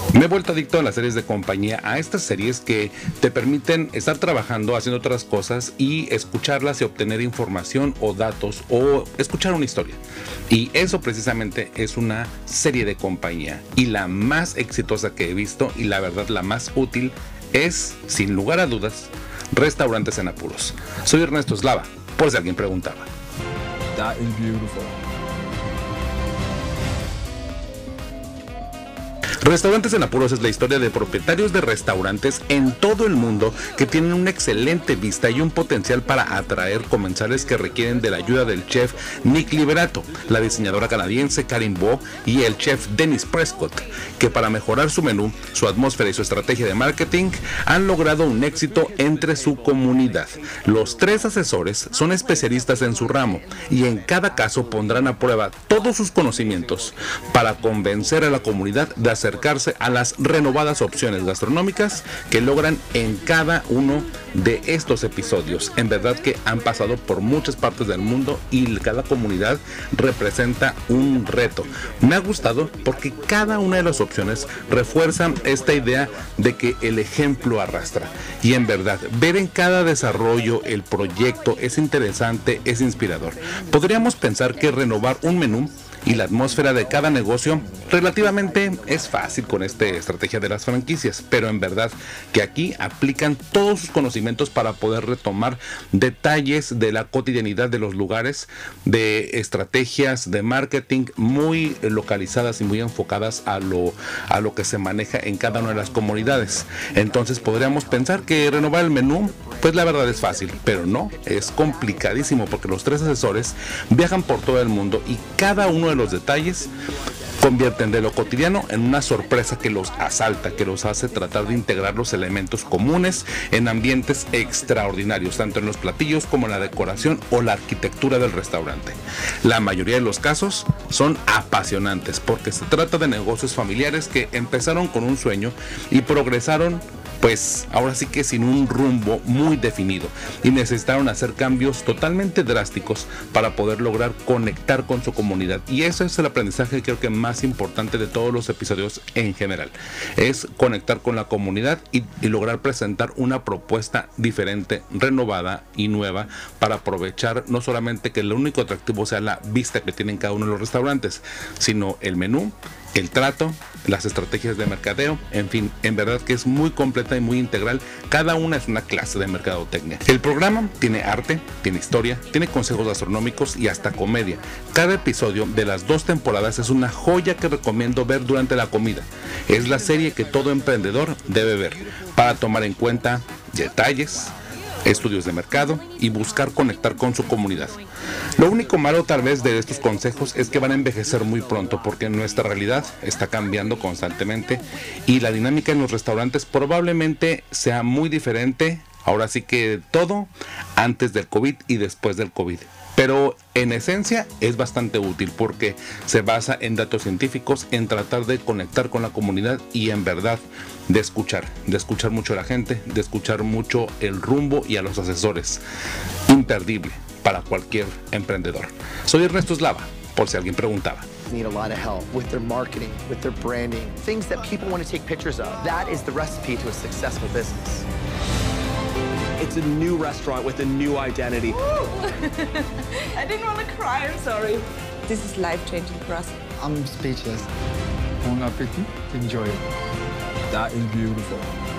Me he vuelto adicto a las series de compañía, a estas series que te permiten estar trabajando, haciendo otras cosas y escucharlas y obtener información o datos o escuchar una historia. Y eso precisamente es una serie de compañía, y la más exitosa que he visto y la verdad la más útil es, sin lugar a dudas, Restaurantes en Apuros. Soy Ernesto Eslava, por si alguien preguntaba. That is beautiful. Restaurantes en Apuros es la historia de propietarios de restaurantes en todo el mundo que tienen una excelente vista y un potencial para atraer comensales que requieren de la ayuda del chef Nick Liberato, la diseñadora canadiense Karin Bo y el chef Dennis Prescott, que para mejorar su menú, su atmósfera y su estrategia de marketing han logrado un éxito entre su comunidad. Los tres asesores son especialistas en su ramo y en cada caso pondrán a prueba todos sus conocimientos para convencer a la comunidad de acercarse a las renovadas opciones gastronómicas que logran en cada uno de estos episodios. En verdad que han pasado por muchas partes del mundo y cada comunidad representa un reto. Me ha gustado porque cada una de las opciones refuerza esta idea de que el ejemplo arrastra, y en verdad ver en cada desarrollo el proyecto es interesante, es inspirador. Podríamos pensar que renovar un menú y la atmósfera de cada negocio relativamente es fácil con esta estrategia de las franquicias, pero en verdad que aquí aplican todos sus conocimientos para poder retomar detalles de la cotidianidad de los lugares, de estrategias de marketing muy localizadas y muy enfocadas a lo que se maneja en cada una de las comunidades. Entonces podríamos pensar que renovar el menú, pues la verdad es fácil, pero no, es complicadísimo porque los tres asesores viajan por todo el mundo y cada uno de los detalles convierten de lo cotidiano en una sorpresa que los asalta, que los hace tratar de integrar los elementos comunes en ambientes extraordinarios, tanto en los platillos como en la decoración o la arquitectura del restaurante. La mayoría de los casos son apasionantes porque se trata de negocios familiares que empezaron con un sueño y progresaron, pues ahora sí que sin un rumbo muy definido, y necesitaron hacer cambios totalmente drásticos para poder lograr conectar con su comunidad. Y eso es el aprendizaje creo que más importante de todos los episodios en general, es conectar con la comunidad y lograr presentar una propuesta diferente, renovada y nueva para aprovechar no solamente que el único atractivo sea la vista que tienen cada uno de los restaurantes, sino el menú, el trato, las estrategias de mercadeo, en fin, en verdad que es muy completa y muy integral. Cada una es una clase de mercadotecnia. El programa tiene arte, tiene historia, tiene consejos gastronómicos y hasta comedia. Cada episodio de las 2 temporadas es una joya que recomiendo ver durante la comida. Es la serie que todo emprendedor debe ver para tomar en cuenta detalles, estudios de mercado y buscar conectar con su comunidad. Lo único malo tal vez de estos consejos es que van a envejecer muy pronto porque nuestra realidad está cambiando constantemente y la dinámica en los restaurantes probablemente sea muy diferente, ahora sí que todo antes del COVID y después del COVID. Pero en esencia es bastante útil porque se basa en datos científicos, en tratar de conectar con la comunidad y en verdad de escuchar mucho a la gente, de escuchar mucho el rumbo y a los asesores. Imperdible para cualquier emprendedor. Soy Ernesto Eslava, por si alguien preguntaba. Need a lot of help with their marketing, with their branding, things that people want to take pictures of. That is the recipe to a successful business. It's a new restaurant with a new identity. I didn't want to cry, I'm sorry. This is life-changing for us. I'm speechless. Bon appetit. Enjoy it. That is beautiful.